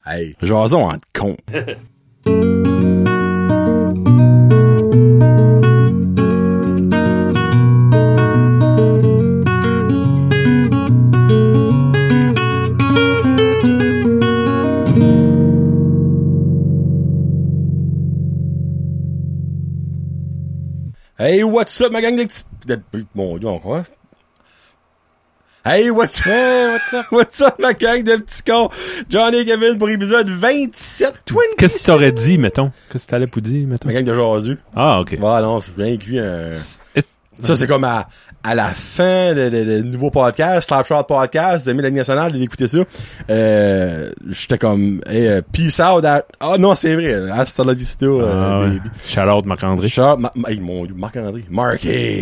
Hey, jason en con. Hey, what's up, ma gang de petits... Mon Dieu, encore. Hey, what's up? What's up, ma gang de petits cons? Johnny et Kevin pour épisode 27. Qu'est-ce que tu aurais dit, mettons? Qu'est-ce que t'allais pour dire, mettons? Ma gang de jaseux. Ah, ok. Voilà, non, je viens cuire un... Ça, c'est comme à la fin de nouveau podcast, Slapshot Podcast, vous aimez la Ligue nationale, d'écouter ça. J'étais comme, hey, peace out. Ah non, c'est vrai. Hasta la vista, baby. Shout out Marc-André. Hey, mon Dieu, Marc-André. Marc-André.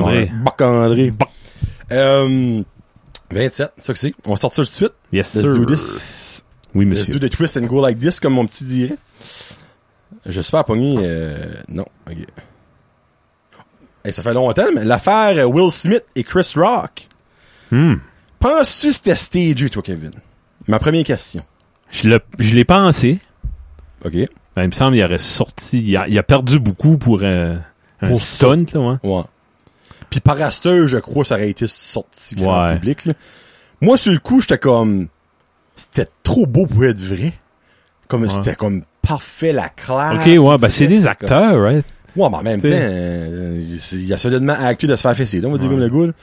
27, ça que c'est. On sort ça tout de suite. Yes, Let's sir. do this. Oui, Let's monsieur. do the twist and go like this, comme mon petit dirait. Je suis pas pogné, non. Ok. Hey, ça fait longtemps, mais l'affaire Will Smith et Chris Rock. Penses-tu que c'était stagé, toi, Kevin? Ma première question. Je l'ai pensé. OK. Ben, il me semble qu'il aurait sorti... Il a perdu beaucoup pour un stunt, là, ouais. Ouais. Puis par Astor, je crois que ça aurait été sorti grand public, là. Moi, sur le coup, j'étais comme... C'était trop beau pour être vrai. Comme c'était comme parfait, la classe. OK, ouais, ben c'est des acteurs, right? Ouais, mais en même temps, il a solidement acté de se faire fesser, là, on va dire comme le goût.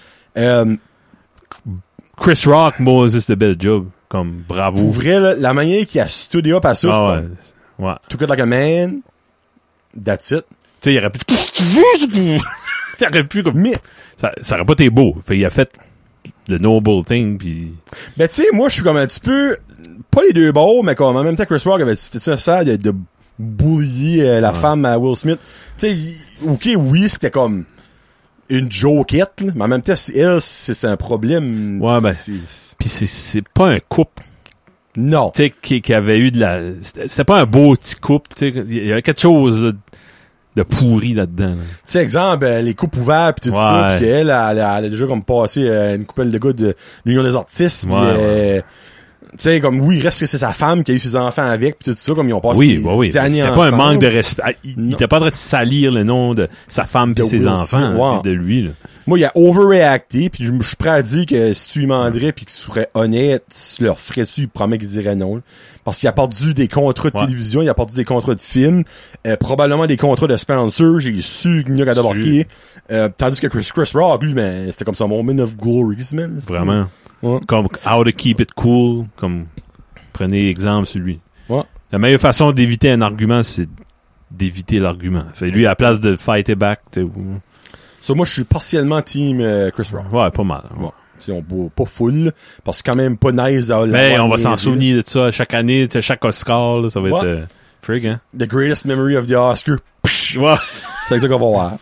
Chris Rock, Moses, de bel job. Comme, bravo. Pour vrai, là, la manière qu'il a stood up à ça, ouais. Took it like a man, that's it. Tu sais, il aurait pu... il aurait pu comme... Ça aurait pas été beau. Fait, il a fait the noble thing, puis... Ben, tu sais, moi, je suis comme un petit peu... Pas les deux bords, mais comme en même temps, Chris Rock avait... C'était ça de boulier la femme à Will Smith. Tu sais, OK, oui, c'était comme une jokette, là, mais en même temps, elle, c'est un problème. Ouais, ben... Puis c'est pas un couple. Non. Tu sais, qui avait eu de la... C'était pas un beau petit couple, tu sais. Il y avait quelque chose de pourri là-dedans. Là. Tu sais, exemple, les coupes ouvertes pis tout ça, pis qu'elle, elle a déjà comme passé une coupelle de gars de l'Union des artistes, pis tu sais, comme, oui, il reste que c'est sa femme qui a eu ses enfants avec, pis tout ça, comme ils ont passé des années ensemble. C'était pas un manque de respect. Il était pas en train de salir le nom de sa femme pis ses enfants, pis de lui, là. Moi, il a overreacté, pis je suis prêt à dire que si tu lui demanderais pis qu'il serait honnête, tu leur ferais-tu, il promet qu'il dirait non, là. Parce qu'il a perdu des contrats de télévision, il a perdu des contrats de films, probablement des contrats de sponsor, j'ai su qu'il n'y a qu'à débarquer. Tandis que Chris Rock, lui, ben, c'était comme son moment of glory, man. Vraiment. Ouais. Comme How to Keep It Cool, comme prenez exemple sur lui. Ouais. La meilleure façon d'éviter un argument, c'est d'éviter l'argument. Fait lui, à la place de fight it back, Moi, je suis partiellement team Chris Rock. Ouais, pas mal. Ouais. T'sais, on boit pas full, parce que c'est quand même pas nice d'avoir mais on va s'en souvenir de ça chaque année, chaque Oscar, là, ça va être frig, hein? The greatest memory of the Oscar. Psh! Ouais. C'est ça qu'on va voir.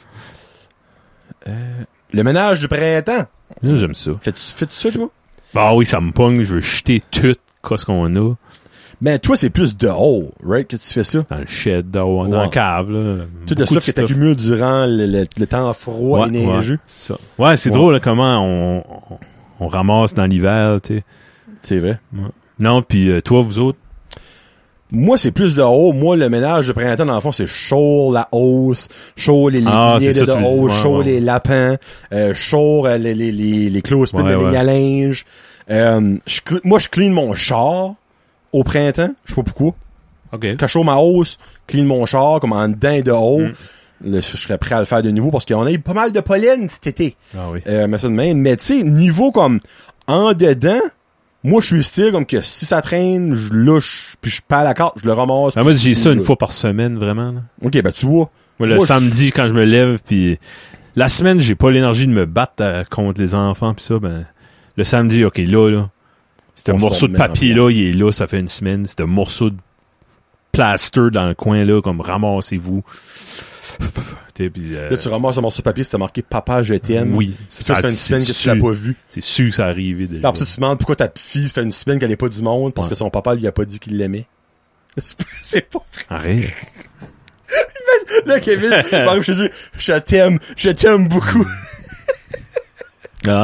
Le ménage du printemps. Là, j'aime ça. Fais-tu ça, toi? Ah oui, ça me pogne, je veux jeter tout ce qu'on a. Mais toi, c'est plus dehors, right, que tu fais ça? Dans le shed, dans la cave, là. Tout le stuff que t'accumules durant le temps froid et neigeux. Ça. Ouais, c'est drôle, là, comment on ramasse dans l'hiver, tu sais. C'est vrai. Ouais. Non, puis toi, vous autres? Moi, c'est plus dehors. Moi, le ménage de printemps, dans le fond, c'est chaud la hausse, chaud les lignes de hausse, chaud les lapins, chaud les clothespins de ligne à linge. Moi, je clean mon char au printemps. Je sais pas pourquoi. OK. Quand je chaud ma hausse, clean mon char comme en dedans et dehors. Là, je serais prêt à le faire de nouveau parce qu'on a eu pas mal de pollen cet été. Ah oui. Mais ça de même. Mais tu sais, niveau comme en dedans, moi, je suis style comme que si ça traîne, puis je perds la carte, je le ramasse. Moi, j'ai ça une fois par semaine, vraiment. Là. OK, ben tu vois. Moi, le samedi, quand je me lève, puis la semaine, j'ai pas l'énergie de me battre contre les enfants, puis ça, ben le samedi, OK, là, c'est un morceau de papier, là, il est là, ça fait une semaine. C'est un morceau de plaster dans le coin, là, comme ramassez-vous. Là, tu ramasses un morceau de papier, c'était marqué « Papa, je t'aime ». Oui. Ça fait une semaine que tu l'as pas vu. C'est sûr que ça arrivé déjà. Après ça, tu te demandes pourquoi ta fille, ça fait une semaine qu'elle est pas du monde, parce que son papa lui a pas dit qu'il l'aimait. C'est pas vrai. Arrête. Là, Kevin, je te dis, je t'aime beaucoup.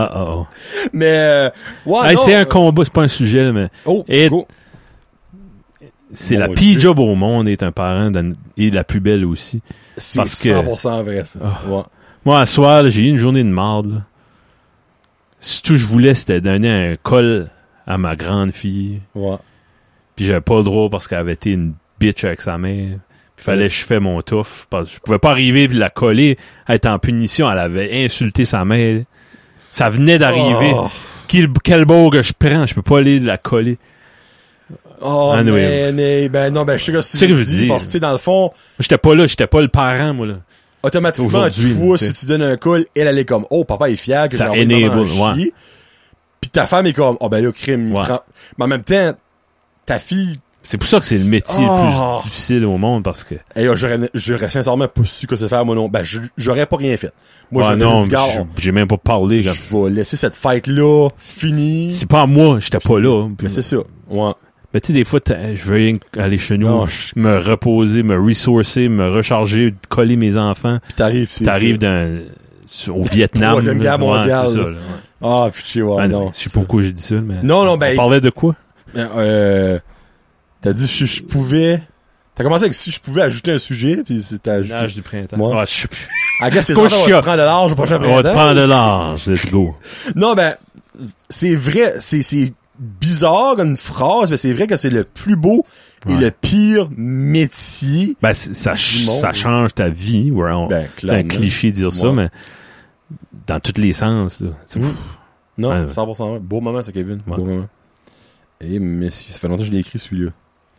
Mais, ouais, hey, c'est un combat, c'est pas un sujet, là, mais. Oh, et, go. c'est la pire job au monde d'être un parent et la plus belle aussi. C'est 100% vrai, ça. Ouais. Moi, à soir, là, j'ai eu une journée de marde, là. Si tout je voulais, c'était donner un col à ma grande fille. Ouais. Puis j'avais pas le droit parce qu'elle avait été une bitch avec sa mère. Puis fallait que je fais mon tough. Parce que je pouvais pas arriver puis la coller, être en punition. Elle avait insulté sa mère. Ça venait d'arriver. Oh. Quel beau que je prends. Je peux pas aller la coller. Oh, mais ben non, ben je sais que c'est ce que je dis. Parce que, dans le fond... J'étais pas là, j'étais pas le parent, moi, là. Automatiquement, tu vois, si tu donnes un call, elle est comme, oh, papa est fier que j'ai envoyé maman chier. Ouais. Puis ta femme est comme, oh, ben là, crime, ouais. Mais en même temps, ta fille... C'est pour ça que c'est le métier le plus difficile au monde, parce que... Et là, j'aurais sincèrement pas su que c'est faire, moi non. Ben, j'aurais pas rien fait. Moi, non, j'ai même pas parlé. Je vais laisser cette fête-là finie. C'est pas à moi, j'étais pas là. Mais c'est ça. Ouais. Mais tu sais, des fois, je veux aller chez nous, me reposer, me ressourcer, me recharger, coller mes enfants. Puis t'arrives au Vietnam. Troisième guerre mondiale. C'est ça, là, Ah, putain, ouais, non. Je sais pas pourquoi j'ai dit ça, mais... Non, ben... On parlait de quoi? T'as dit si je pouvais... T'as commencé avec si je pouvais ajouter un sujet, puis c'était ajouté. L'âge du printemps. Ouais. Ah, je sais plus. À guess, c'est ça, on va te prendre de l'âge au prochain printemps. On va te prendre de l'âge, let's go. Non, ben, c'est vrai, c'est bizarre comme phrase, mais c'est vrai que c'est le plus beau et le pire métier. Ben, ça change ta vie. C'est un cliché de dire ça, mais dans tous les sens. Là. Non, 100%. Beau moment, ça, Kevin. Ouais. Beau moment. Eh, messieurs, ça fait longtemps que je l'ai écrit, celui-là.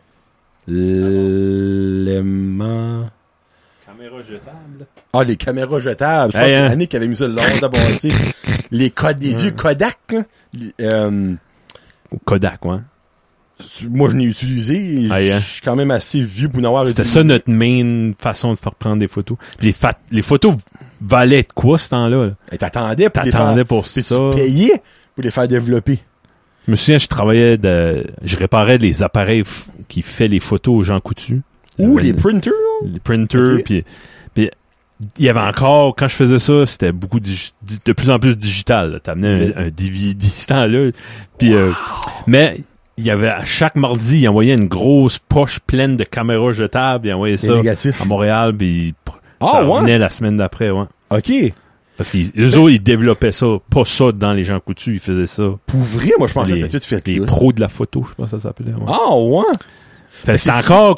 L'élément... Caméra jetable. Ah, les caméras jetables. Je pense que c'est Annick qui avait mis ça le long d'abord. Les vieux Kodak. Kodak, ouais. Moi, je l'ai utilisé. Je suis quand même assez vieux pour n'avoir utilisé. C'était ça notre main façon de faire prendre des photos. Puis les photos valaient de quoi, ce temps-là? Là? Et t'attendais pour ça. Tu payais pour les faire développer. Je me souviens, je réparais les appareils qui fait les photos aux gens coutus. Ou les printers? Les printers, okay. Puis il y avait encore, quand je faisais ça, c'était beaucoup de plus en plus digital. T'amenais un DVD ce temps-là. Puis, mais il y avait, à chaque mardi, il envoyait une grosse poche pleine de caméras jetables. Il envoyait ça à Montréal, puis ça revenait la semaine d'après, ouais. OK. Parce qu'eux autres, ils développaient ça, pas ça dans les gens coutus, ils faisaient ça. Pour vrai, moi, je pensais que c'était tout fait. Les pros de la photo, je pense que ça s'appelait. Ouais. Ah, ouais. Fait c'est encore...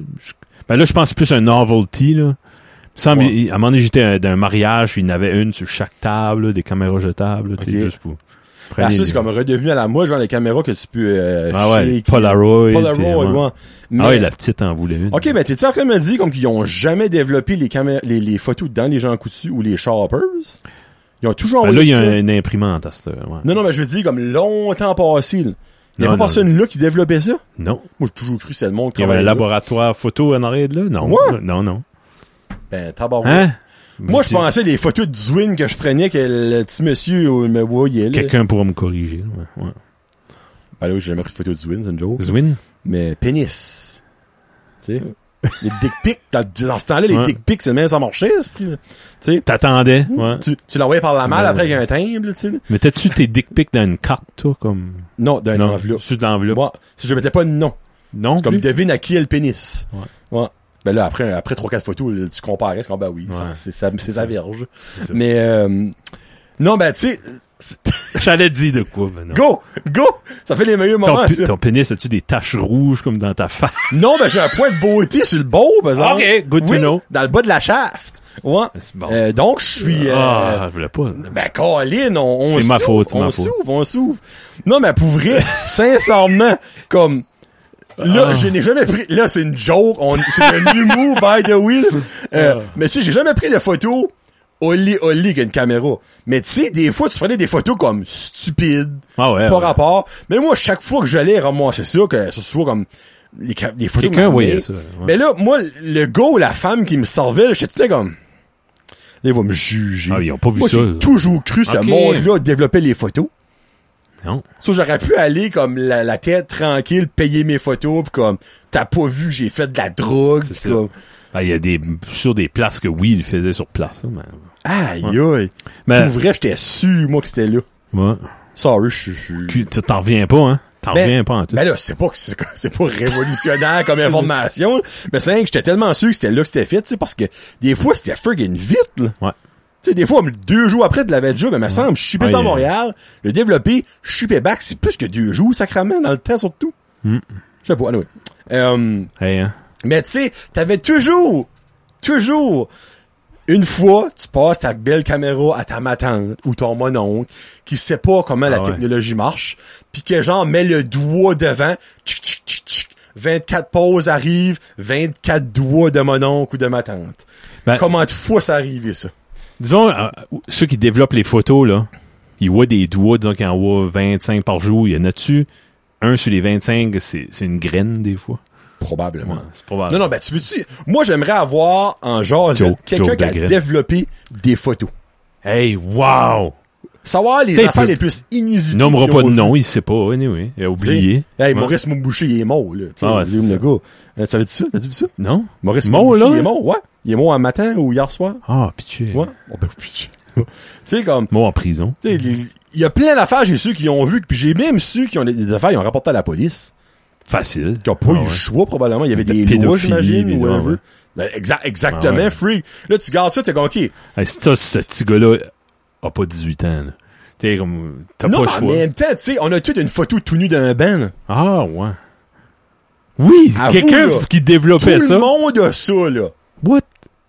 Ben là, je pense que c'est plus un novelty, là. À un moment donné, j'étais d'un mariage, puis il y en avait une sur chaque table, là, des caméras jetables, okay. Juste pour... Ça, c'est comme redevenu à la mode, genre les caméras que tu peux shaker. Polaroid. Ouais. Mais, la petite en voulait une. OK, ben t'es-tu en train de me dire comme qu'ils ont jamais développé les photos dans les gens coutus ou les shoppers? Ils ont toujours là, il y a une imprimante à ce ouais. Non, mais je veux dire, comme longtemps passé, là. Il n'y a pas personne là qui développait ça? Non. Moi, j'ai toujours cru que c'était le monde qui il y avait un laboratoire photo en arrière de là? Non. Ouais. Non. Ben, tabarouette. Moi, je pensais les photos de Zwin que je prenais que le petit monsieur me voyait. Quelqu'un pourra me corriger. Ouais. Ben là, j'ai jamais pris de photo de Zwin, c'est une joke. Zwin? Mais pénis. Tu sais. Les dick pics, dans ce temps-là, les dick pics, c'est même sans marcher, tu sais. T'attendais, ouais. Tu l'envoyais par la malle après avec un timbre, tu sais. Mettais-tu tes dick pics dans une carte, toi, comme? Non, dans une enveloppe. Juste dans l'enveloppe. Moi, si je mettais pas de nom. Non. Comme devine à qui est le pénis. Ouais. Ben là, après 3-4 photos, tu comparais, c'est comme, ben oui, c'est sa verge. C'est mais, non, ben, tu sais, j'allais dire de quoi, ben non. Go! Ça fait les meilleurs moments, ça. Ton pénis, as-tu des taches rouges comme dans ta face? Non, ben, j'ai un point de beauté sur le beau, par exemple. OK, good to know. Dans le bas de la shaft. Ouais. Bon. Donc, je suis, je voulais pas. Ben, Colin, on c'est ma faute, on s'ouvre. Non, mais pour vrai, sincèrement, comme, là, je n'ai jamais pris, là, c'est une joke, c'est un humour, by the way. Mais tu sais, j'ai jamais pris de photos olé avec une caméra. Mais tu sais, des fois, tu prenais des photos comme stupides. Pas rapport. Mais moi, chaque fois que j'allais ramasser ça, que ce soit comme les photos. Quelqu'un voyait ça. Ouais. Mais là, moi, le gars ou la femme qui me servait, j'étais tout comme, là, ils vont me juger. Ah, ils ont pas vu moi, ça. J'ai toujours cru ce monde-là développer les photos. Non. So, j'aurais pu aller comme la tête tranquille, payer mes photos, pis comme, t'as pas vu que j'ai fait de la drogue. Il y a sur des places que oui, il faisait sur place. Hein, mais... Aïe. Mais pour vrai, j'étais sûr, moi, que c'était là. Ouais. Sorry, je suis... Tu t'en reviens pas, hein? T'en reviens pas en tout. Ben là, c'est pas révolutionnaire comme information, mais c'est vrai que j'étais tellement sûr que c'était là que c'était fait, tu sais, parce que des fois, c'était friggin' vite, là. Ouais. Tu sais, des fois, 2 jours après, tu l'avais déjà, mais me semble, je shippais ça à Montréal, le développé, je shippais back, c'est plus que 2 jours, sacrément, dans le temps, surtout. Je sais pas, anyway. Hein? Mais tu sais, t'avais toujours, une fois, tu passes ta belle caméra à ta matante ou ton mononcle qui sait pas comment la technologie marche, puis que genre met le doigt devant, tchic, tchic, tchic, tchic, 24 pauses arrivent, 24 doigts de mononcle ou de ma tante. Ben, comment de fois ça arrive, ça? Disons, ceux qui développent les photos, là, ils voient des doigts, disons qu'ils en voient 25 par jour, il y en a-tu? Un sur les 25, c'est une graine, des fois. Probablement. Ouais, c'est probable. Non, ben, tu veux-tu... Moi, j'aimerais avoir en genre quelqu'un qui a développé des photos. Hey, wow! Savoir les affaires les plus inusitées. Il nommera pas de nom, il sait pas, anyway. Il a oublié. Hey, Maurice Mouboucher, il est mort, là. Le gars. Savais-tu ça? T'as-tu vu ça? Non. Maurice Mouboucher, il est mort, ouais. Il est mort un matin ou hier soir. Ah, pitié. Ouais. Oh, ben, pitié. Tu sais, comme... Mort en prison. Tu sais, il y a plein d'affaires, j'ai su, qui ont vu, puis j'ai même su qui ont des affaires, ils ont rapporté à la police. Facile. Qui ont pas eu le choix, probablement. Il y avait des lois, j'imagine, ou whatever. Ben, exactement, freak. Là, tu gardes ça, t'es comme, OK. Hey, ce petit gars-là a pas 18 ans, là. T'es comme, t'as pas le choix. Non, en même temps, tu sais, on a toute une photo tout nu d'un ben. Ah, ouais. Oui, quelqu'un qui développait ça. Tout le monde a ça, là. What?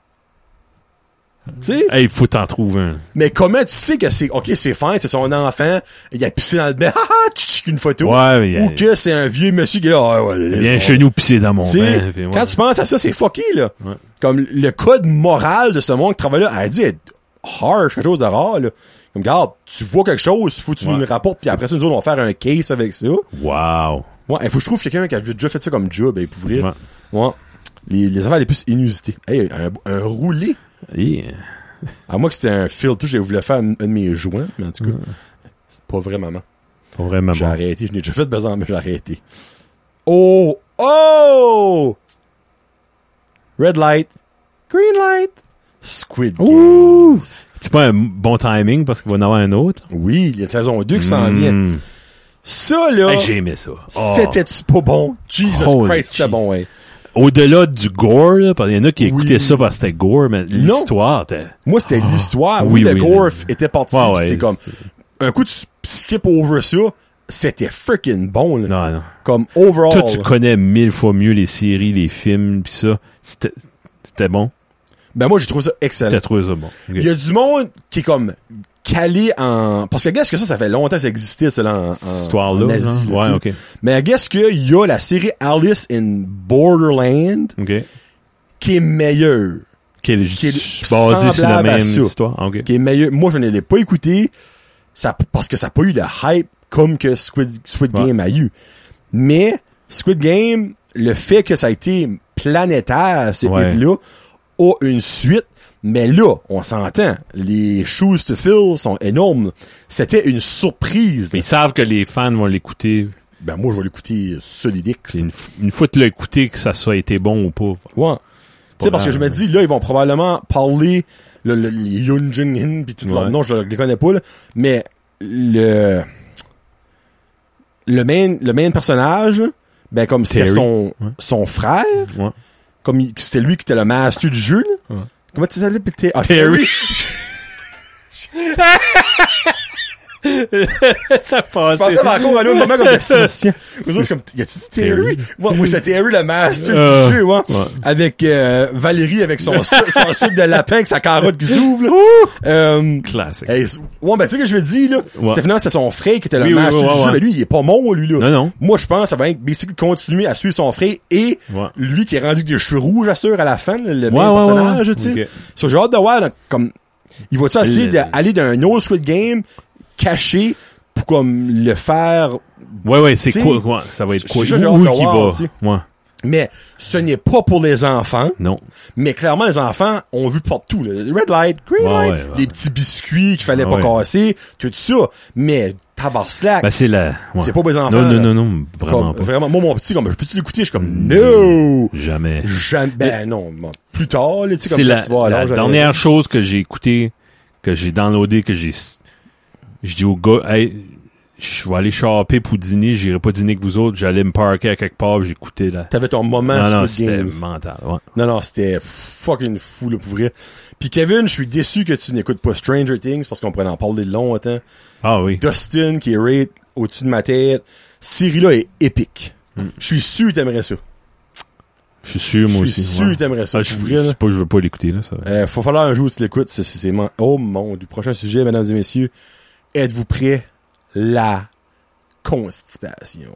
Tu sais? Hey, faut t'en trouver un. Mais comment tu sais que c'est, OK, c'est fin, c'est son enfant, il a pissé dans le bain, une photo. Ouais, mais ou que c'est un vieux monsieur qui est là, viens chez nous pisser dans mon bain. Quand tu penses à ça, c'est fucké, là. Ouais. Comme le code moral de ce monde qui travaille là, a dû être harsh, quelque chose de rare, là. Comme, regarde, tu vois quelque chose, faut que tu nous le rapportes, puis après ça, nous autres, on va faire un case avec ça. Wow. Ouais, il faut que je trouve quelqu'un qui a déjà fait ça comme job, pour vrai. Ouais. Les affaires les plus inusitées. Hey, un roulé. Yeah. À moi que c'était un filtre, j'ai voulu faire un de mes joints, mais en tout cas, c'est pas vraiment. Pas vraiment. J'ai arrêté. Je n'ai déjà fait besoin, mais j'ai arrêté. Oh! Red light. Green light. Squid Game. C'est pas un bon timing parce qu'il va y en avoir un autre? Oui, il y a une saison 2 qui s'en vient. Ça, là. Hey, j'ai aimé ça. C'était-tu pas bon? Jesus Christ, c'était bon, ouais. Au-delà du gore, là, parce qu'il y en a qui écoutaient ça parce que c'était gore, mais l'histoire, moi, c'était l'histoire. Oui, le gore était parti. C'est comme, un coup, tu skip over ça, c'était freaking bon, là. Non. Comme, overall. Toi, tu connais 1000 fois mieux les séries, les films, pis ça. C'était bon? Ben, moi, j'ai trouvé ça excellent. J'ai trouvé ça bon. Okay. Il y a du monde qui est comme, calé en... Parce que, guess que ça fait longtemps que ça existait, ça, là, cette histoire-là. en Asie. Ouais, OK. Mais, guess qu'il y a la série Alice in Borderland, qui est meilleure. Qui est basée sur la même histoire. Okay. Qui est meilleure. Moi, je ne l'ai pas écouté, parce que ça n'a pas eu le hype comme que Squid Game a eu. Mais, Squid Game, le fait que ça a été planétaire, ce là a une suite. Mais là, on s'entend, les shoes to fill sont énormes. C'était une surprise. Ils savent que les fans vont l'écouter. Ben moi, je vais l'écouter solidix. Une fois que tu l'as écouté, que ça soit été bon ou pas. Ouais. Tu sais, parce que je me dis, là, ils vont probablement parler les Yoon Jin-hin pis tout leur nom, je les connais pas, là. Mais le main personnage, ben comme c'était son frère, comme c'était lui qui était le master du jeu, là. Comment tu s'appelles? Terry. Ça passe. Je pensais encore à l'autre moment comme Sébastien. C'est comme, y a-tu Terry? Oui, c'est Terry, le master du jeu, avec Valérie, avec son sucre de lapin, avec sa carotte qui s'ouvre. Classique. Ben tu sais que je veux dire, là. C'était finalement, c'est son frère qui était le master du jeu. Mais lui, il est pas mort, lui, là. Non. Moi, je pense, ça va être basically continuer à suivre son frère et lui qui est rendu avec des cheveux rouges, assure, à la fin, le même personnage, tu sais. So, j'ai hâte de voir, comme, il va-tu essayer d'aller d'un autre Squid Game caché pour comme le faire. Ouais, c'est quoi, ça va être quoi? Où qui va? Ouais. Mais ce n'est pas pour les enfants. Non. Mais clairement, les enfants ont vu partout. Red light, green light, les petits biscuits qu'il fallait pas casser, tout ça. Mais tabarnak. Ben, c'est pas pour les enfants. Non, vraiment pas. Vraiment, moi, mon petit, comme, je peux-tu l'écouter? Je suis comme, no! Jamais. Ben, non. Plus tard, tu sais, comme c'est la dernière chose que j'ai écoutée, que j'ai downloadé, je dis au gars, hey, je vais aller shopper pour dîner, j'irai pas dîner avec vous autres, j'allais me parker à quelque part, j'écoutais là. T'avais ton moment Non, Squid c'était Games. mental, ouais. Non, c'était fucking fou, là, pour vrai. Puis Kevin, je suis déçu que tu n'écoutes pas Stranger Things, parce qu'on pourrait en parler longtemps. Ah oui. Dustin, qui est rate au-dessus de ma tête. Cette série-là est épique. Je suis sûr que t'aimerais ça. Je suis sûr, moi Je aussi. suis sûr que t'aimerais ça. Je veux pas l'écouter, là, ça. Faut falloir un jour que tu l'écoutes. Oh mon Dieu. Prochain sujet, mesdames et messieurs. Êtes-vous prêts? La constipation.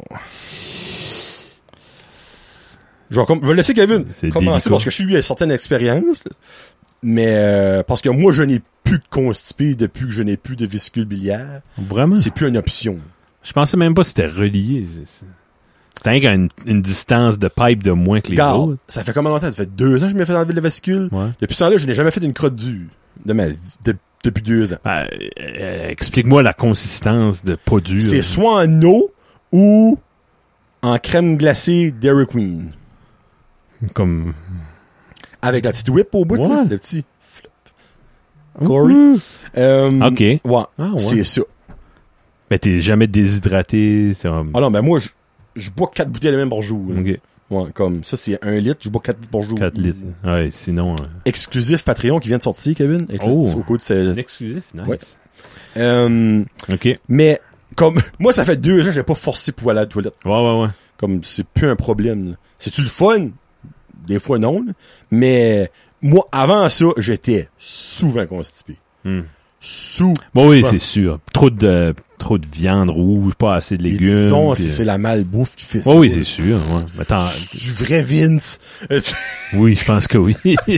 Je vais laisser Kevin commencer parce que je suis à certaines expériences. Mais parce que moi, je n'ai plus de constipé depuis que je n'ai plus de vésicule biliaire. Vraiment? C'est plus une option. Je pensais même pas que c'était relié. C'était rien qu'à une distance de pipe de moins que les autres. Ça fait combien de longtemps? Ça fait 2 ans que je m'ai fait enlever le vésicule. Ouais. Depuis ce temps-là, je n'ai jamais fait une crotte dure de ma vie. Depuis 2 ans. Explique-moi la consistance de pas dur. C'est soit en eau ou en crème glacée Dairy Queen. Comme... Avec la petite whip au bout, ouais. là, le petit flip. Corey. OK. Ouais, ouais. C'est ça. Ben, t'es jamais déshydraté. Ah non, ben moi, je bois 4 bouteilles de même par jour. OK. Ouais, comme ça, c'est 1 litre, je bois 4 litres par jour. 4 litres. Ouais, sinon... Exclusif Patreon qui vient de sortir, Kevin. Au coup de exclusif, nice. Ouais. OK. Mais, comme, moi, ça fait 2 ans, j'ai pas forcé pour aller à la toilette. Ouais. Comme, c'est plus un problème, là. C'est-tu le fun? Des fois, non, là. Mais, moi, avant ça, j'étais souvent constipé. Bon, oui, c'est sûr. Trop de viande rouge, pas assez de légumes. Disons, c'est la malbouffe qui fait ça. Oh, oui, c'est sûr. Ouais. Attends, c'est du vrai Vince. Oui, je pense que oui.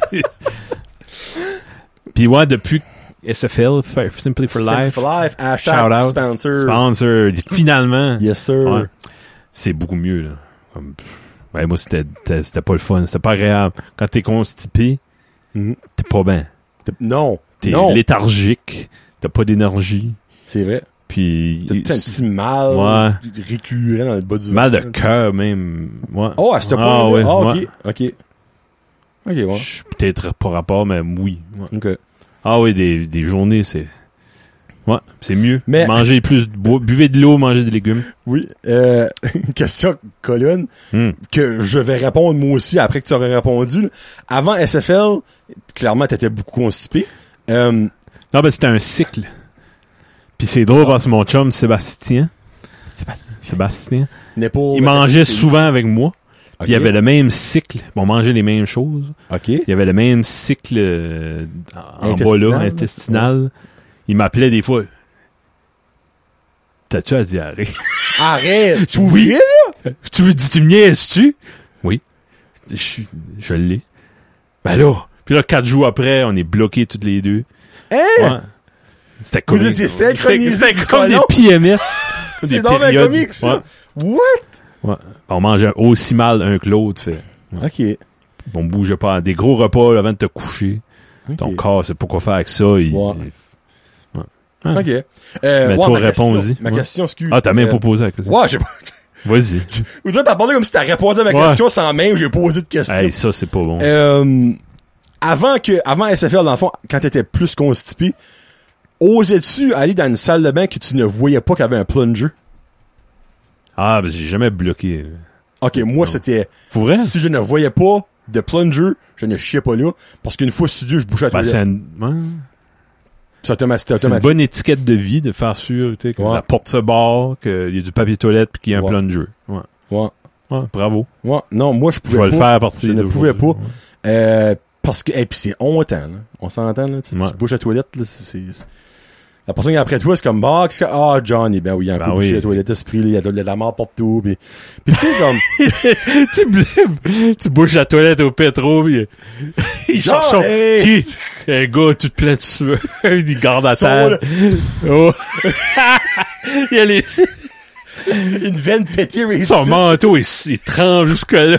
Puis ouais, depuis SFL, Simply for Life. Hashtag shout out. Sponsor. Finalement. Yes, sir. Ouais. C'est beaucoup mieux, là. Ouais, moi, c'était pas le fun. C'était pas agréable. Quand t'es constipé, t'es pas bien. Non. T'es léthargique. T'as pas d'énergie. C'est vrai. Puis... T'as un petit mal récurrent dans le bas du mal de cœur, même. Ouais. Oh, à ce point-là? Ouais, OK. OK, ouais. Peut-être pas rapport, mais oui. Ouais. OK. Ah oui, des journées, c'est... Ouais, c'est mieux. Mais... Manger plus de bois, buvez de l'eau, mangez des légumes. Oui. Une question, Colin, que je vais répondre moi aussi après que tu aurais répondu. Avant SFL, clairement, t'étais beaucoup constipé. Non, ben c'était un cycle. Puis c'est drôle parce que mon chum Sébastien, il mangeait souvent avec moi. Okay. Il y avait le même cycle. On mangeait les mêmes choses. Okay. Il y avait le même cycle en bas là, intestinal. Ouais. Il m'appelait des fois. T'as-tu la diarrhée? Arrête! Oui! Tu me niaises-tu? Oui. Je l'ai. Ben là. Puis là, 4 jours après, on est bloqués toutes les deux. Hein? Ouais. C'était comme... Vous étiez synchronisés. C'était comme des PMS. C'est dans la comique, ça. Ouais. What? Ouais. On mangeait aussi mal un que l'autre. Fait. Ouais. OK. On bougeait pas. Des gros repas là, avant de te coucher. Okay. Ton corps sait pas quoi faire avec ça. OK. Mais toi, réponds-y. Ma question, excuse. Ah, t'as même pas posé la question. Ouais, j'ai pas... Vas-y. Vous dites, t'as parlé comme si t'as répondu à ma question sans même j'ai posé de question. Hey, ça, c'est pas bon. Avant SFL, dans le fond, quand t'étais plus constipé, osais-tu aller dans une salle de bain que tu ne voyais pas qu'il y avait un plunger? Ah, ben j'ai jamais bloqué. OK, moi, c'était... Pour vrai? Si je ne voyais pas de plunger, je ne chiais pas là, parce qu'une fois sur deux, je bouchais à la toilette. C'est automatique. C'est une bonne étiquette de vie de faire sûr que la porte se barre, qu'il y a du papier toilette puis qu'il y a un plunger. Ouais, bravo. Ouais. Non, moi, je pouvais pas. Je vais le faire à partir de... Je ne pouvais pas. Ouais. Parce que... Et puis c'est hontant, là. On s'entend, là. Tu bouches à la toilette, là, c'est... La personne qui est après toi, c'est comme, Johnny, ben oui, il y a un coup bouché à la toilette, esprit, il y a de la mort partout, puis tu sais, comme... tu bouches la toilette au pétro, pis il cherche son... Qui? Un gars, tu te plains dessus. Il garde à terre. Oh. Il y a les... Une veine pétée, mais son manteau, il tremble jusque-là.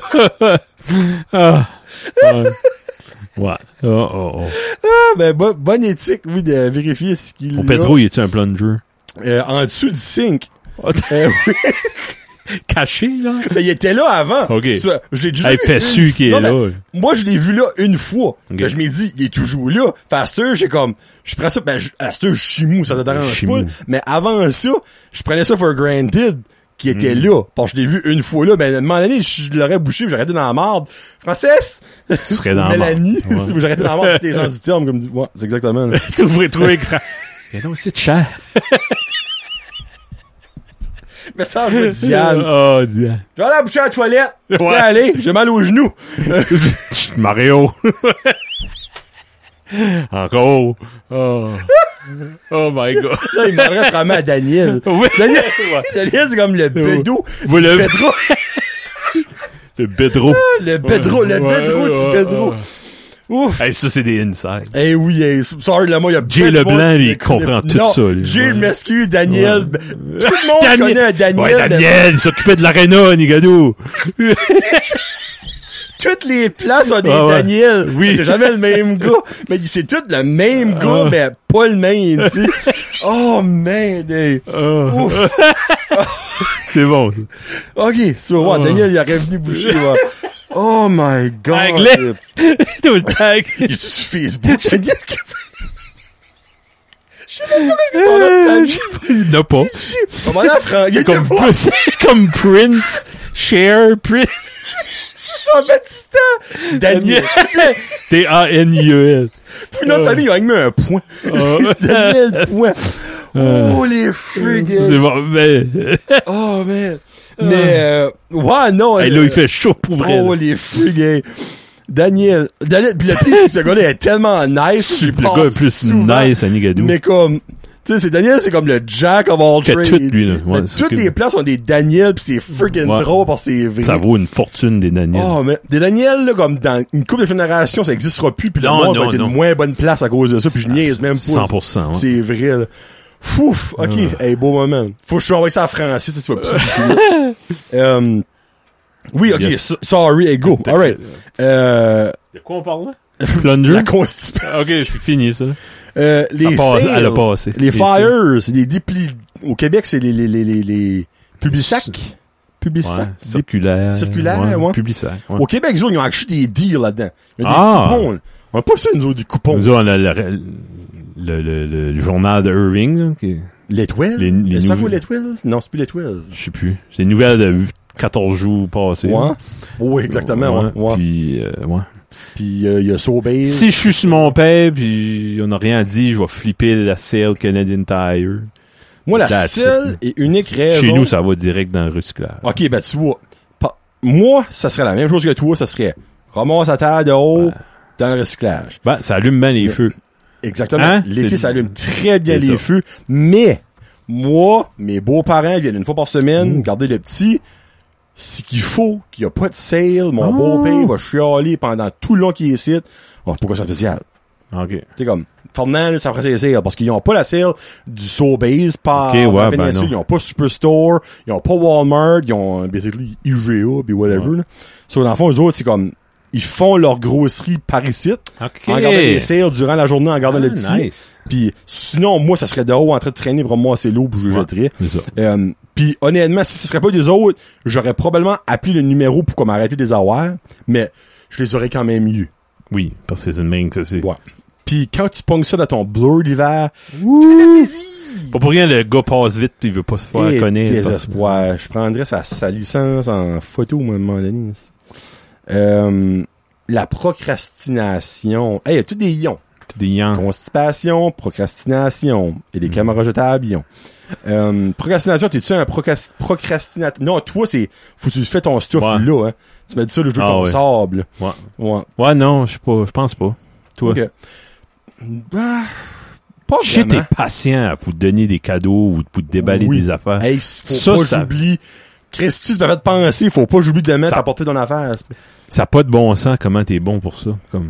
Ouais. Ben, bonne éthique, oui, de vérifier ce qu'il a. Au pétro, y a-tu un plunger? En dessous du sink. Oui. Caché, là? Mais il était là avant. OK. Ça, je l'ai déjà vu. Fait su qu'il est là. Moi, je l'ai vu là une fois. OK. Là, je m'ai dit, il est toujours là. Faster, j'ai comme, je prends ça, à cette heure, je suis mou, ça te dérange pas. Mais avant ça, je prenais ça for granted, qui était là. Parce que je l'ai vu une fois là, ben, à un moment donné, je l'aurais bouché, puis j'aurais été dans la marde. Frances! Tu serais dans la marde. Mélanie. Ouais. J'aurais été dans la marde, tous les sens du terme, comme, ouais, c'est exactement, là. Tu ouvrais trop écran. Mais non, c'est cher. Message de Diane. Oh, Diane. Je vais aller boucher à la toilette. Ouais. Allez, j'ai mal aux genoux. Mario. Encore. Oh. Oh my God. Là, il m'aimerait vraiment à Daniel. Oui. Daniel, c'est comme le bédo. Vous le Pedro. Le Pedro. Le Pedro du Pedro. Ouf. Hey, ça, c'est des insides. Eh oui, sorry, là, moi, il y a Jay Leblanc, il comprend tout ça. Jay, m'excuse, Daniel. Ouais. Tout le monde connaît Daniel. Ouais, Daniel, il s'occupait de l'aréna, Nigadou. Toutes les places ont des Daniel. Oui. C'est jamais le même gars. Mais c'est tout le même gars, mais pas le même, tu sais. Oh, man, hey. Ouf. C'est bon. OK, so, Daniel, il aurait venu boucher, ouais. Oh my God. Anglais. Tout le tag. Il est sur Facebook. Je sais même pas qu'est-ce qu'ils sont là de famille. Il n'a pas. C'est comme Prince, Cher, Prince. C'est son Batista. Daniel. T-A-N-I-E-L. Puis notre famille, il a mis un point. Daniel, point. Oh, les friggin'. C'est bon, mais... Oh, man. Mais, ouais, non. Hey, là, il fait chaud pour vrai. Oh, les friggin'. Daniel, pis le pire, c'est que ce gars-là est tellement nice. Le gars est plus souvent, nice à Nigadou. Mais comme, tu sais, c'est Daniel, c'est comme le Jack of all trades. Tout, lui, là. Ouais, toutes les places ont des Daniel pis c'est freaking drôle parce que c'est vrai. Ça vaut une fortune des Daniel. Oh, mais des Daniel, là, comme dans une couple de générations, ça existera plus pis le monde va être une moins bonne place à cause de ça pis je niaise même pas. 100%, ouais. C'est vrai, là. Fouf, ok. Hey, beau moment. Faut que je envoie ça en français, ça, tu vas plus. Oui, ok, yes. Sorry, hey, go. Alright. De quoi on parle là? Plunger? La constipation. Ok, c'est fini, ça. Les sales, elle a passé. Les fires, c'est des déplis. Au Québec, c'est les Publisac. Publisac. Ouais, circulaire, ouais. Publisac. Ouais. Au Québec, ils ont acheté des deals là-dedans. Il y a des coupons, là. On n'a pas ça, nous autres, des coupons. Nous autres, on a le journal de Irving, là, qui... L'étoile? Ça vaut l'étoile? Non, c'est plus l'étoile. Je sais plus. C'est une nouvelle de 14 jours passés. Ouais. Oui, exactement, ouais. Puis, ouais. Puis, il y a Sobeys. Si je suis sur mon père, puis on n'a rien dit, je vais flipper la Sale Canadian Tire. Moi, la seule et unique raison... Chez nous, ça va direct dans le recyclage. OK, ben, tu vois. Moi, ça serait la même chose que toi, ça serait ramasse à terre de haut dans le recyclage. Ben, ça allume bien les feux. Exactement. Hein? L'été, ça allume très bien les feux. Mais, moi, mes beaux-parents viennent une fois par semaine garder le petit. Ce qu'il faut, qu'il n'y a pas de sale, mon beau-père va chialer pendant tout le long qu'il est ici. Oh, pourquoi c'est spécial? OK. C'est comme, Ferdinand, ça ferait ses sales, parce qu'ils n'ont pas la sale du Sobeys par la péninsule. Ils n'ont pas Superstore, ils n'ont pas Walmart, ils ont, basically, IGA, puis whatever, là. So, dans le fond, eux autres, c'est comme, ils font leur grosserie par ici, en gardant les sales durant la journée, en gardant le petit. Nice. Puis sinon, moi, ça serait de haut en train de traîner pour moi, c'est l'eau, puis je jetterais. Puis honnêtement, si ce serait pas des autres, j'aurais probablement appelé le numéro pour qu'on m'arrête des avoirs, mais je les aurais quand même eu. Oui, parce que c'est une main que c'est. Ouais. Puis quand tu pognes ça dans ton blur d'hiver, pas pour rien, le gars passe vite pis il veut pas se faire connaître. Désespoir. Je prendrais sa licence en photo, moi, à un moment donné. La procrastination. Hey, il y a tous des ions. Constipation, procrastination. Et des caméras jetables, ions. Procrastination, t'es-tu un procrastinateur? Non, toi, c'est, faut que tu fais ton stuff là, hein. Tu m'as dit ça, le jeu de ton sable. Ouais, non, je pense pas. Toi. Okay. Bah, pas je sais, t'es patient pour te donner des cadeaux ou pour te déballer des affaires. Hey, faut pas j'oublie. Christy, tu m'avais penser, faut pas j'oublie de mettre à porter ton affaire. Ça n'a pas de bon sens, comment t'es bon pour ça, comme.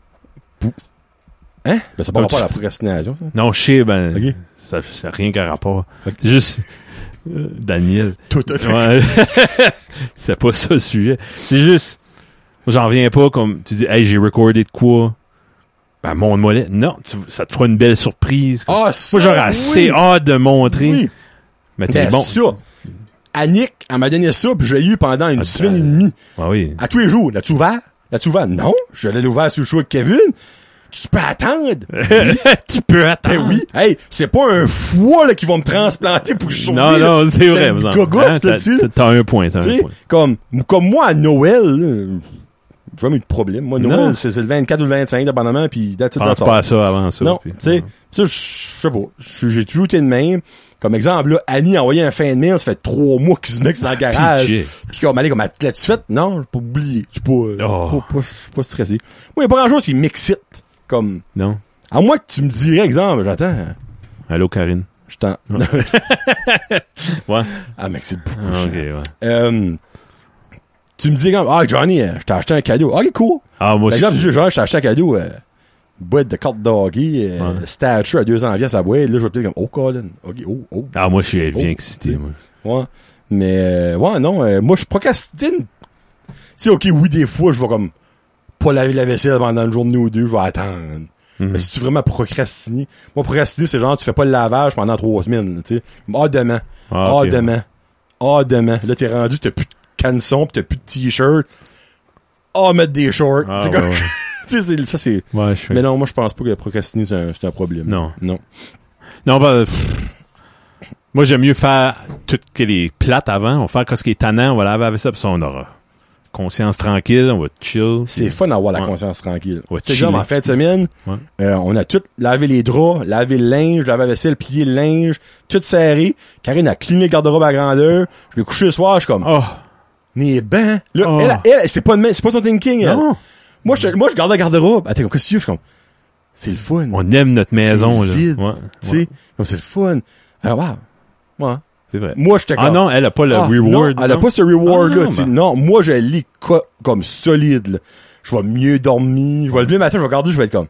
Hein? Ben, ça n'a pas rapport à la procrastination, ça. Non, je sais, ça n'a rien qu'à rapport. C'est juste, Daniel. Ouais. C'est pas ça le sujet. C'est juste, j'en reviens pas comme, tu dis, hey, j'ai recordé de quoi? Ben, montre-moi là. Non, ça te fera une belle surprise. Ah, ça! Moi, j'aurais assez hâte de montrer. Oui. Mais t'es bon. Ça. Annick, elle m'a donné ça, puis je l'ai eu pendant une semaine et demie. Ah oui. À tous les jours. L'as-tu ouvert? Non. Je l'ai ouvert sur le show avec Kevin. Tu peux attendre. Tu peux attendre. Ben oui. Hey, c'est pas un foie, là, qui va me transplanter pour que je survive. Non, c'est vrai. T'as un point, Comme moi, à Noël, là, j'ai jamais eu de problème. Moi, Noël, c'est le 24 ou le 25, dépendamment, puis that's it, pense pas à ça avant ça. Non, tu sais, ça, je sais pas. J'ai toujours été de même. Comme exemple, là, Annie a envoyé un fin de mail, ça fait 3 mois qu'il se met dans le garage. Puis comme, allez, comme, l'as-tu fait? Non, j'ai pas oublié. Je suis pas stressé. Moi, il y a pas grand-chose qui m'excite. Comme. Non. À moins que tu me dirais, exemple, j'attends. Allô, Karine. Je t'en. Ouais. Ah, m'excite beaucoup. Ok, ouais. Tu me dis, comme, Johnny, je t'ai acheté un cadeau. Ok, cool. Ah, moi aussi. Par exemple, je t'ai acheté un cadeau, boîte de cartes doggy, statue à 200 pièces à boîte. Là, je vais peut-être comme, Colin. Ok, oh. Ah, moi, je suis bien excité, moi. Ouais. Mais, non, moi, je procrastine. Tu sais, ok, oui, des fois, je vais comme, pas laver la vaisselle pendant une journée ou deux, je vais attendre. Mais si tu vraiment procrastiner, moi, procrastiner, c'est genre, tu fais pas le lavage pendant 3 semaines, tu sais. Demain. Demain. Là, t'es rendu, t'as plus de caleçon, pis t'as plus de t-shirt. Mettre des shorts. Tu sais, ça, c'est... Ouais, mais non, moi, je pense pas que procrastiner, c'est un problème. Non, moi, j'aime mieux faire toutes les plates avant. On va faire ce qui est tannant, on va laver avec ça, puis ça, on aura conscience tranquille, on va chill. C'est fun d'avoir la conscience tranquille. C'est comme en fin de semaine, on a tout lavé les draps, lavé le linge, lavé la vaisselle, plié le linge, tout serré. Karine a cleané le garde-robe à grandeur. Je vais coucher le soir, je suis comme... Mais ben... Là, elle, c'est pas son thinking, elle. Non. Moi, je garde la garde-robe. Attends, qu'est-ce que tu veux? Je suis comme... C'est le fun. On aime notre maison, là. Vide, tu sais. Comme c'est le fun. Alors, wow. Ouais. C'est vrai. Moi, j'étais comme... Ah non, elle a pas le reward. Non, elle a pas ce reward-là, tu sais. Non, moi, je lis comme solide, là. Je vais mieux dormir. Je vais lever le matin, je vais regarder, je vais être comme...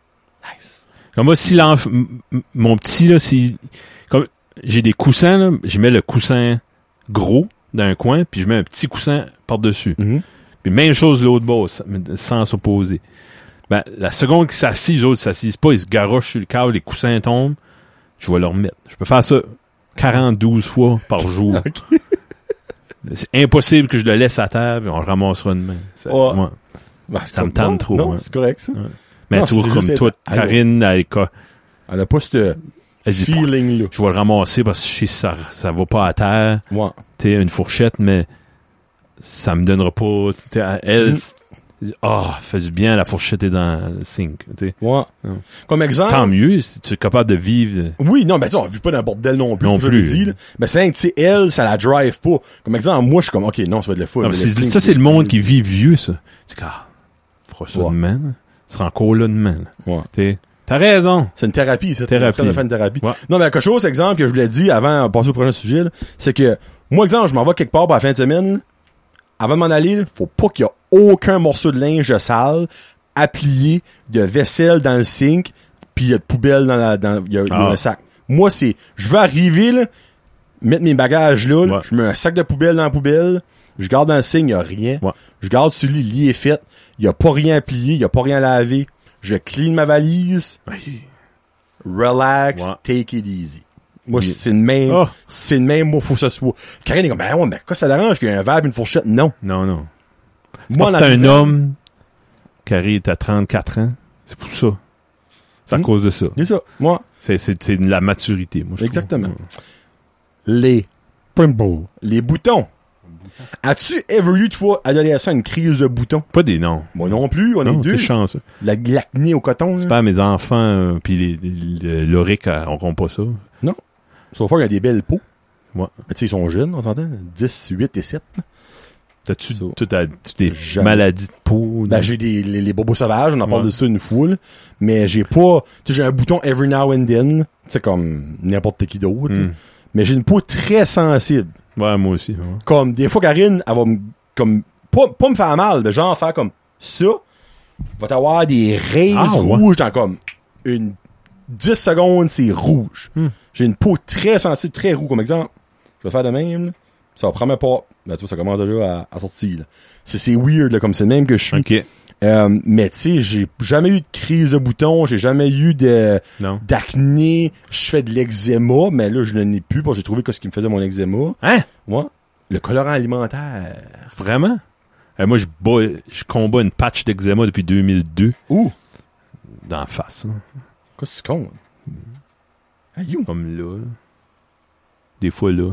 Nice. Comme moi, si mon petit, là, comme, j'ai des coussins, là, je mets le coussin gros dans un coin, puis je mets un petit coussin par-dessus. Mm-hmm. Puis même chose l'autre bas, sans s'opposer. Ben, la seconde qu'ils s'assisent, les autres s'assisent pas, ils se garochent sur le câble, les coussins tombent, je vais leur remettre. Je peux faire ça 42 fois par jour. Okay. C'est impossible que je le laisse à terre, puis on le ramassera demain. Ça me tente trop. Non, c'est correct, ça. Ouais. Mais toujours comme toi, Karine, elle a pas ce feeling-là. Je vais le ramasser parce que je sais que ça va pas à terre. Ouais. Tu sais, une fourchette, mais ça me donnera pas... Elle... fait du bien, la fourchette est dans le sink. T'sais. Ouais. Comme exemple... Tant mieux, si tu es capable de vivre... Oui, non, mais on vit pas dans un bordel non plus. Non plus. Je le dis, là. Mais c'est tu sais, elle, ça la drive pas. Comme exemple, moi, je suis comme, OK, non, ça va être le fun. Ça, c'est le monde qui vit vieux, ça. C'est fera ça demain. Tu seras encore là demain. Ouais. T'as raison. C'est une thérapie, ça. Thérapie. De faire une thérapie. Ouais. Non, mais quelque chose, exemple, que je voulais dire avant de passer au prochain sujet, là, c'est que, moi, exemple, je m'en vais quelque part pour la fin de semaine. Avant de m'en aller, faut pas qu'il y ait aucun morceau de linge sale à plier, de vaisselle dans le sink, puis il y a de poubelle il y a un sac. Moi, je veux arriver, là, mettre mes bagages là, je mets un sac de poubelle dans la poubelle, je garde dans le sink, il y a rien. Ouais. Je garde sur le lit est fait, il y a pas rien à plier, il y a pas rien à laver. Je clean ma valise. Relax, take it easy. Moi, c'est une même, moi, faut que ça soit. Karine est comme, ben ouais, mais quoi ça l'arrange qu'il y ait un verre et une fourchette? Non. Non. C'est parce que c'est un homme, Karine est à 34 ans. C'est pour ça. C'est à cause de ça. C'est ça. Moi. C'est de la maturité, moi, je exactement. Les boutons. As-tu ever eu, toi, adolescent, une crise de boutons? Pas des noms. Moi non plus, on est deux. T'es chanceux. L'acné au coton. C'est pas mes enfants, puis l'oric, n'auront pas ça. Non. Sauf qu'il y a des belles peaux. Ouais. Mais tu sais, ils sont jeunes, on s'entend. 10, 8 et 7. T'as-tu des maladies de peau? Ben, j'ai les bobos sauvages, on en parle de ça une foule. Mais j'ai pas, tu sais, j'ai un bouton every now and then. Tu sais, comme n'importe qui d'autre. Mais j'ai une peau très sensible. Ouais, moi aussi. Ouais. Comme, des fois, Karine, elle va pas me faire mal, mais genre faire comme ça. Va t'avoir des rayures rouges dans comme une 10 secondes, c'est rouge. J'ai une peau très sensible, très rouge. Comme exemple, je vais faire de même, là. Ça va prendre pas. Là, tu vois, ça commence déjà à sortir, là. C'est weird, là, comme c'est le même que je suis. Okay. Mais tu sais, j'ai jamais eu de crise de boutons, j'ai jamais eu d'acné, je fais de l'eczéma, mais là, je n'en ai plus, parce que j'ai trouvé ce qui me faisait mon eczéma. Hein? Moi, le colorant alimentaire. Vraiment? Moi, je combats une patch d'eczéma depuis 2002. Où? Dans la face. Hein. Qu'est-ce que tu comptes? Aïe. Comme là. Des fois là.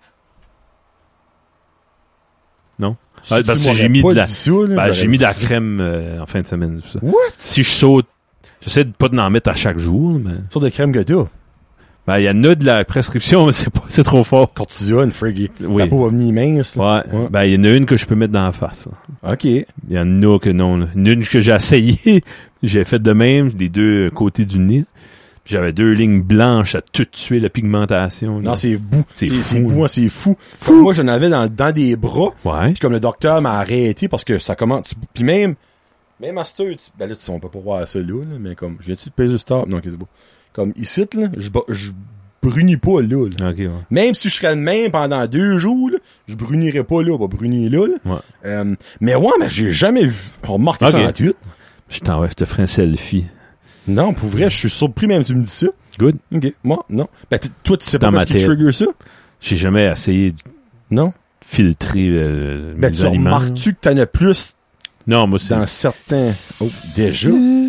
Non? Si parce tu que j'ai mis m'aurais de pas la, dit ça, là, j'ai mis de la crème en fin de semaine. Ça. What? Si je saute, j'essaie de pas en mettre à chaque jour. Mais... Quelle sorte de crème que t'as? Il y en a de la prescription, mais c'est trop fort. Cortisone, friggy. Oui. La peau va venir mince. Ouais. Il y en a une que je peux mettre dans la face. Là. OK. Il y en a que non. Là. Une que j'ai essayé, j'ai fait de même, les deux côtés du nez. Puis j'avais 2 lignes blanches à tout tuer la pigmentation. Là. Non, c'est fou. C'est fou. C'est fou. Comme moi, j'en avais dans des bras. Ouais. Puis comme le docteur m'a arrêté parce que ça commence... Puis même à cette heure, ben là, on peut pas voir ça là, mais comme... J'ai-tu de peser stop? Non, qu'est-ce que c'est beau. Comme ici, là, je brunis pas là. Okay, ouais. Même si je serais de même pendant 2 jours, là, je brunirais pas là, on va brunir là. Ouais. Mais j'ai jamais vu. Remarquez ça en tweet. Je te ferai un selfie. Non, pour vrai, je suis surpris même que tu me dis ça. Good. OK. Moi, non. Ben, toi, tu sais pas ce qui tête. trigger ça? J'ai jamais essayé de Non. filtrer Ben, mes tu aliments. remarques-tu que t'en as plus non, moi, c'est... dans certains... Oh, déjà?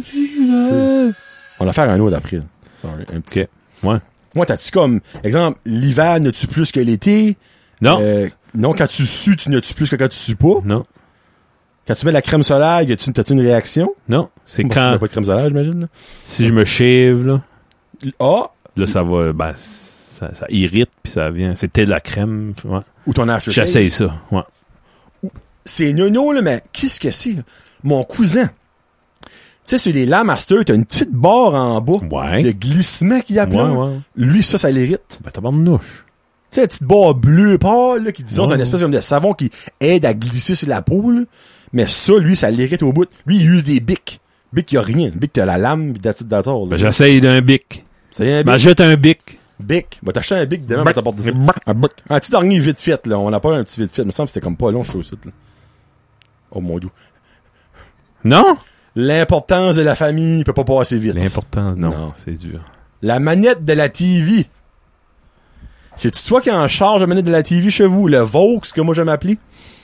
On va faire un autre après. Sorry, un petit... OK. Ouais. Moi, t'as-tu comme... Exemple, l'hiver, n'as-tu plus que l'été? Non. Non, quand tu sues, tu n'as-tu plus que quand tu sues pas? Non. Quand tu mets de la crème solaire, t'as-tu une réaction? Non. C'est Moi, quand... tu mets pas de crème solaire, j'imagine, là. Si je me shave, là... Ah! Là, ça va... ça irrite, puis ça vient... C'était de la crème, ouais. Ou ton aftershave. J'essaye ça, ouais. C'est nono, là, mais qu'est-ce que c'est? Mon cousin. Tu sais, sur les lames Master, t'as une petite barre en bas. Ouais. De glissement qu'il y a plein. Ouais. Lui, ça l'irrite. Ben, t'as pas de nouche. Tu sais, la petite barre bleue pâle, là, qui, disons, c'est une espèce comme de savon qui aide à glisser sur la peau, là. Mais ça, lui, ça l'irrite au bout. Lui, il use des bics. Bic, il y a rien. Bic, t'as la lame, pis d'attendre. Ben, j'essaye d'un bic. C'est un bic. Ben, jette un bic. Bic. Va t'acheter un bic demain, va t'apporter ça. Un bic. Un petit dernier vite fait, là. On n'a pas un petit vite fait. Il me semble que c'était comme pas long, je trouve ça, là. Oh, mon Dieu. Non? L'importance de la famille peut pas passer vite. L'important, non. C'est dur. La manette de la TV. C'est-tu toi qui es en charge de la manette de la TV chez vous? Le Vaux, que moi j'aime appeler?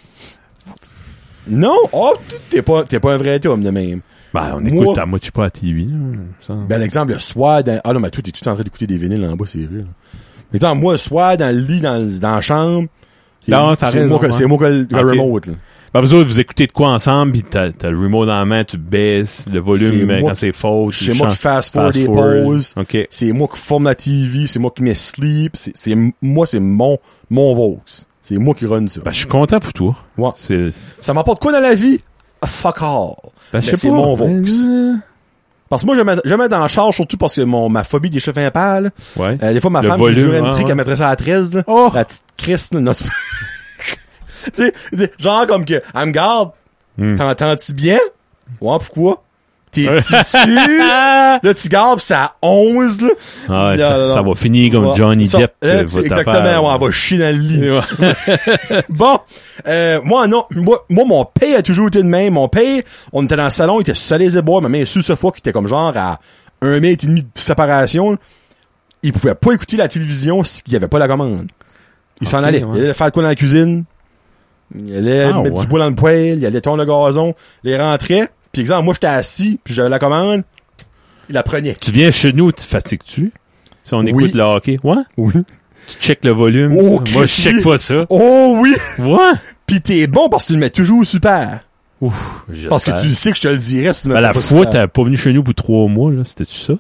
Non? Oh, t'es pas un vrai homme de même. Ben, on écoute à moitié pas à TV, là. Ben, l'exemple, le soir, ah non, mais toi, t'es-tu en train d'écouter des vinyles en bas, c'est vrai, là. Exemple, moi, le soir, dans le lit, dans la chambre, c'est moi que le remote, là. Ben, vous autres, vous écoutez de quoi ensemble, pis t'as le remote dans la main, tu baisses le volume quand c'est faux. C'est moi qui fast forward des pauses. Okay. C'est moi qui forme la TV, c'est moi qui mets sleep. C'est mon Vaux. C'est moi qui run ça. Ben, je suis content pour toi. Ouais. Ça m'apporte quoi dans la vie? Fuck all. Ben, je sais c'est pas. mon Vaux. Parce que moi, je mets dans la charge, surtout parce que ma phobie des chefs impales. Ouais. Des fois, ma femme me jurait une trick, elle mettrait ça à 13, là. Oh! La petite Christ, là. Tu sais, genre comme que, elle me garde. T'entends-tu bien? Ouais, pourquoi? T'es-tu sûr? Là, tu gardes, c'est à 11, là. Ah, là, ça va finir comme Johnny Depp. Exactement, on va chier dans le lit. Ouais. Bon, moi, non. Moi, mon père a toujours été de même. Mon père, on était dans le salon, il était sur les ébats, ma main sous ce fois, qui était comme genre à 1 mètre et demi de séparation. Il pouvait pas écouter la télévision s'il y avait pas la commande. Il s'en allait. Ouais. Il allait faire quoi dans la cuisine? Il allait mettre du bois dans le poêle, il allait tourner le gazon, il rentrait, puis exemple, moi j'étais assis, puis j'avais la commande, il la prenait. Tu viens chez nous, tu fatigues-tu? Si on écoute le hockey, ouais? Oui. Tu checkes le volume? Oh, moi, je check pas ça. Oh oui! Ouais! Pis t'es bon parce que tu le mets toujours super. Ouf, parce que tu sais que je te le dirais si tu me la fois, t'as pas venu chez nous pour 3 mois, là, c'était-tu ça?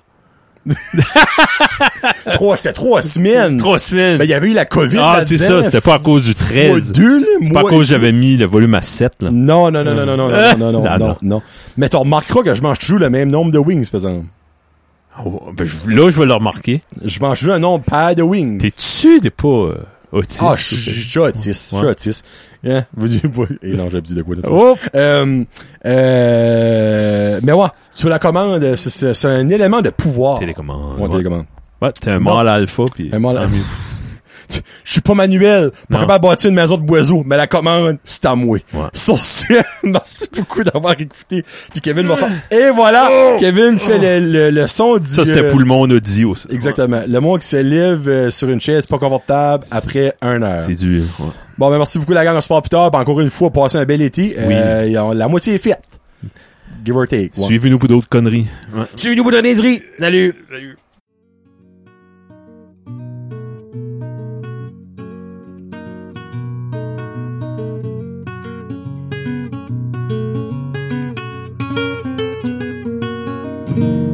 C'était 3 semaines. 3 semaines. Ben, il y avait eu la COVID. Ah, c'est ça. C'était pas à cause du 13. C'est pas à cause que j'avais mis le volume à 7, là. Non. Mais tu remarqueras que je mange toujours le même nombre de wings, par exemple. Oh, ben, là, je vais le remarquer. Je mange toujours un nombre paire de wings. T'es pas autiste? Ah, je suis autiste. Je suis autiste. Yeah. Et non, j'ai dit de quoi là. Oh. Mais ouais, sur la commande, c'est un élément de pouvoir. Télécommande. Ouais, télécommande. Ouais, t'es un mâle alpha, puis. Un mâle alpha. je suis pas manuel, pas Non. capable de bâtir une maison de boiseaux, mais la commande, c'est à moi. Ouais. Sur ce, merci beaucoup d'avoir écouté. Puis Kevin va faire, et voilà, Kevin fait le son du... Ça, c'était pour le monde audio. Ça. Exactement. Le monde qui se lève sur une chaise pas confortable après 1 heure. C'est dur. Ouais. Bon, ben merci beaucoup la gang, on se parle plus tard. Puis encore une fois, passez un bel été. Oui. La moitié est faite. Give or take. Ouais. Suivez-nous pour d'autres conneries. Ouais. Suivez-nous pour de la niaiserie. Salut! Salut. Thank you.